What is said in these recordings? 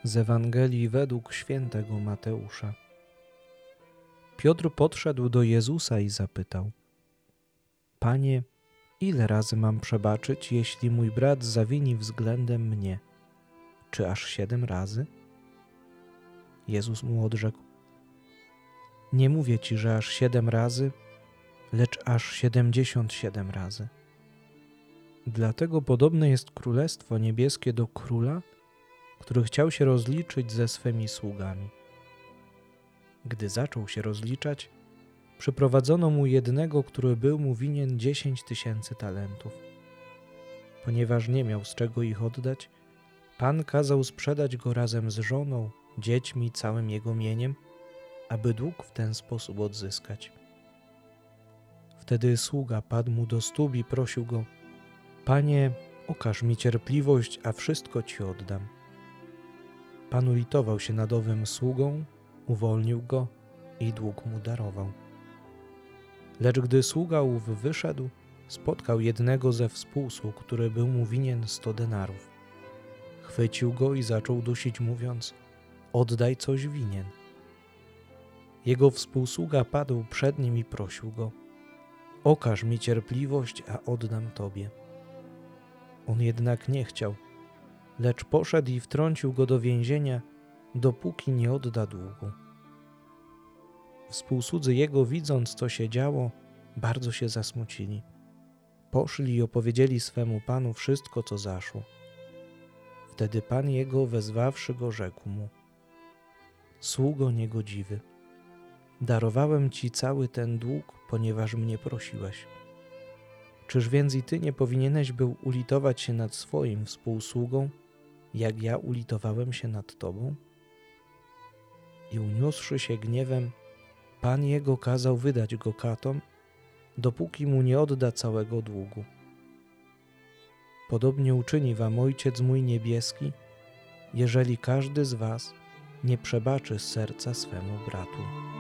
Z Ewangelii według świętego Mateusza. Piotr podszedł do Jezusa i zapytał: Panie, ile razy mam przebaczyć, jeśli mój brat zawini względem mnie? Czy aż 7 razy? Jezus mu odrzekł: Nie mówię ci, że aż 7 razy, lecz aż 77 razy. Dlatego podobne jest Królestwo Niebieskie do króla, który chciał się rozliczyć ze swymi sługami. Gdy zaczął się rozliczać, przyprowadzono mu jednego, który był mu winien 10 000 talentów. Ponieważ nie miał z czego ich oddać, Pan kazał sprzedać go razem z żoną, dziećmi, całym jego mieniem, aby dług w ten sposób odzyskać. Wtedy sługa padł mu do stóp i prosił go: Panie, okaż mi cierpliwość, a wszystko ci oddam. Pan ulitował się nad owym sługą, uwolnił go i dług mu darował. Lecz gdy sługa ów wyszedł, spotkał jednego ze współsług, który był mu winien 100 denarów. Chwycił go i zaczął dusić, mówiąc: Oddaj, coś winien. Jego współsługa padł przed nim i prosił go: Okaż mi cierpliwość, a oddam tobie. On jednak nie chciał, lecz poszedł i wtrącił go do więzienia, dopóki nie odda długu. Współsłudzy jego, widząc, co się działo, bardzo się zasmucili. Poszli i opowiedzieli swemu panu wszystko, co zaszło. Wtedy pan jego, wezwawszy go, rzekł mu: Sługo niegodziwy, darowałem ci cały ten dług, ponieważ mnie prosiłeś. Czyż więc i ty nie powinieneś był ulitować się nad swoim współsługą, jak ja ulitowałem się nad tobą? I uniósłszy się gniewem, pan jego kazał wydać go katom, dopóki mu nie odda całego długu. Podobnie uczyni wam Ojciec mój niebieski, jeżeli każdy z was nie przebaczy z serca swemu bratu.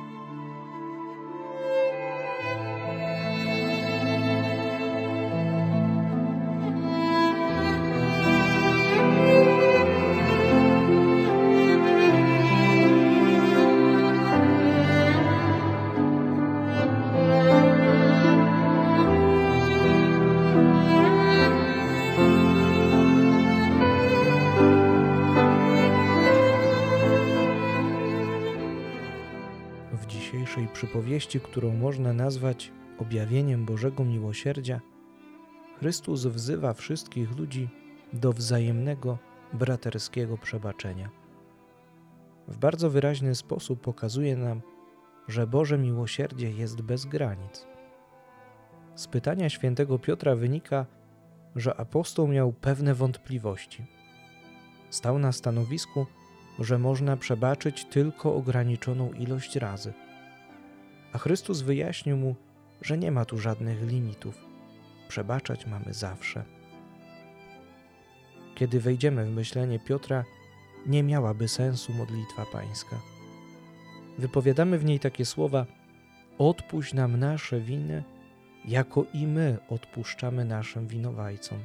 W dzisiejszej przypowieści, którą można nazwać objawieniem Bożego miłosierdzia, Chrystus wzywa wszystkich ludzi do wzajemnego, braterskiego przebaczenia. W bardzo wyraźny sposób pokazuje nam, że Boże miłosierdzie jest bez granic. Z pytania świętego Piotra wynika, że apostoł miał pewne wątpliwości. Stał na stanowisku, że można przebaczyć tylko ograniczoną ilość razy. A Chrystus wyjaśnił mu, że nie ma tu żadnych limitów. Przebaczać mamy zawsze. Kiedy wejdziemy w myślenie Piotra, nie miałaby sensu modlitwa pańska. Wypowiadamy w niej takie słowa: Odpuść nam nasze winy, jako i my odpuszczamy naszym winowajcom.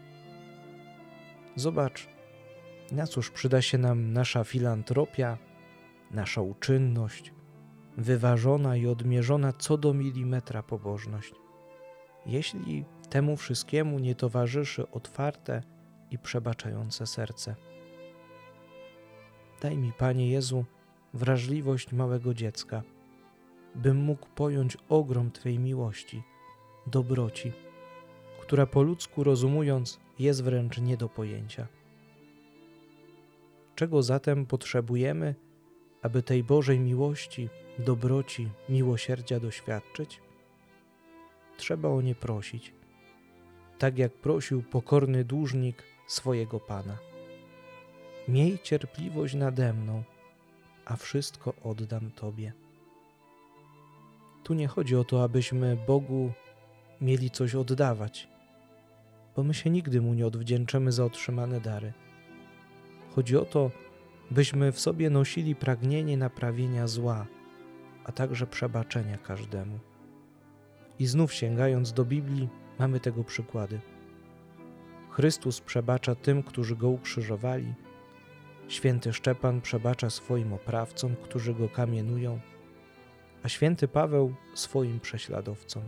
Zobacz, na cóż przyda się nam nasza filantropia, nasza uczynność, wyważona i odmierzona co do milimetra pobożność, jeśli temu wszystkiemu nie towarzyszy otwarte i przebaczające serce. Daj mi, Panie Jezu, wrażliwość małego dziecka, bym mógł pojąć ogrom Twej miłości, dobroci, która po ludzku rozumując jest wręcz nie do pojęcia. Czego zatem potrzebujemy, aby tej Bożej miłości, dobroci, miłosierdzia doświadczyć? Trzeba o nie prosić, tak jak prosił pokorny dłużnik swojego Pana. Miej cierpliwość nade mną, a wszystko oddam Tobie. Tu nie chodzi o to, abyśmy Bogu mieli coś oddawać, bo my się nigdy Mu nie odwdzięczymy za otrzymane dary. Chodzi o to, byśmy w sobie nosili pragnienie naprawienia zła, a także przebaczenia każdemu. I znów sięgając do Biblii, mamy tego przykłady. Chrystus przebacza tym, którzy Go ukrzyżowali, Święty Szczepan przebacza swoim oprawcom, którzy go kamienują, a święty Paweł swoim prześladowcom.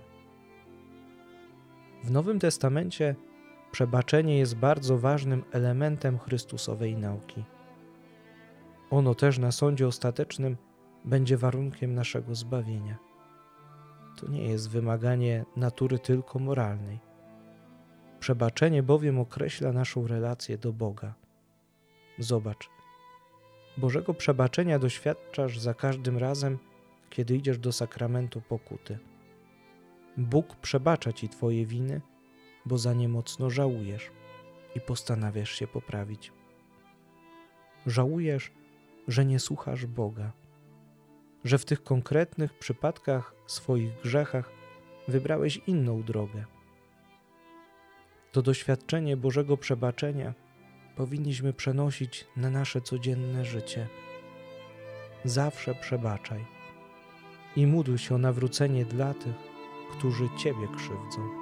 W Nowym Testamencie przebaczenie jest bardzo ważnym elementem Chrystusowej nauki. Ono też na sądzie ostatecznym będzie warunkiem naszego zbawienia. To nie jest wymaganie natury tylko moralnej. Przebaczenie bowiem określa naszą relację do Boga. Zobacz, Bożego przebaczenia doświadczasz za każdym razem, kiedy idziesz do sakramentu pokuty. Bóg przebacza ci twoje winy, bo za nie mocno żałujesz i postanawiasz się poprawić. Żałujesz, że nie słuchasz Boga, że w tych konkretnych przypadkach, swoich grzechach wybrałeś inną drogę. To doświadczenie Bożego przebaczenia powinniśmy przenosić na nasze codzienne życie. Zawsze przebaczaj i módl się o nawrócenie dla tych, którzy Ciebie krzywdzą.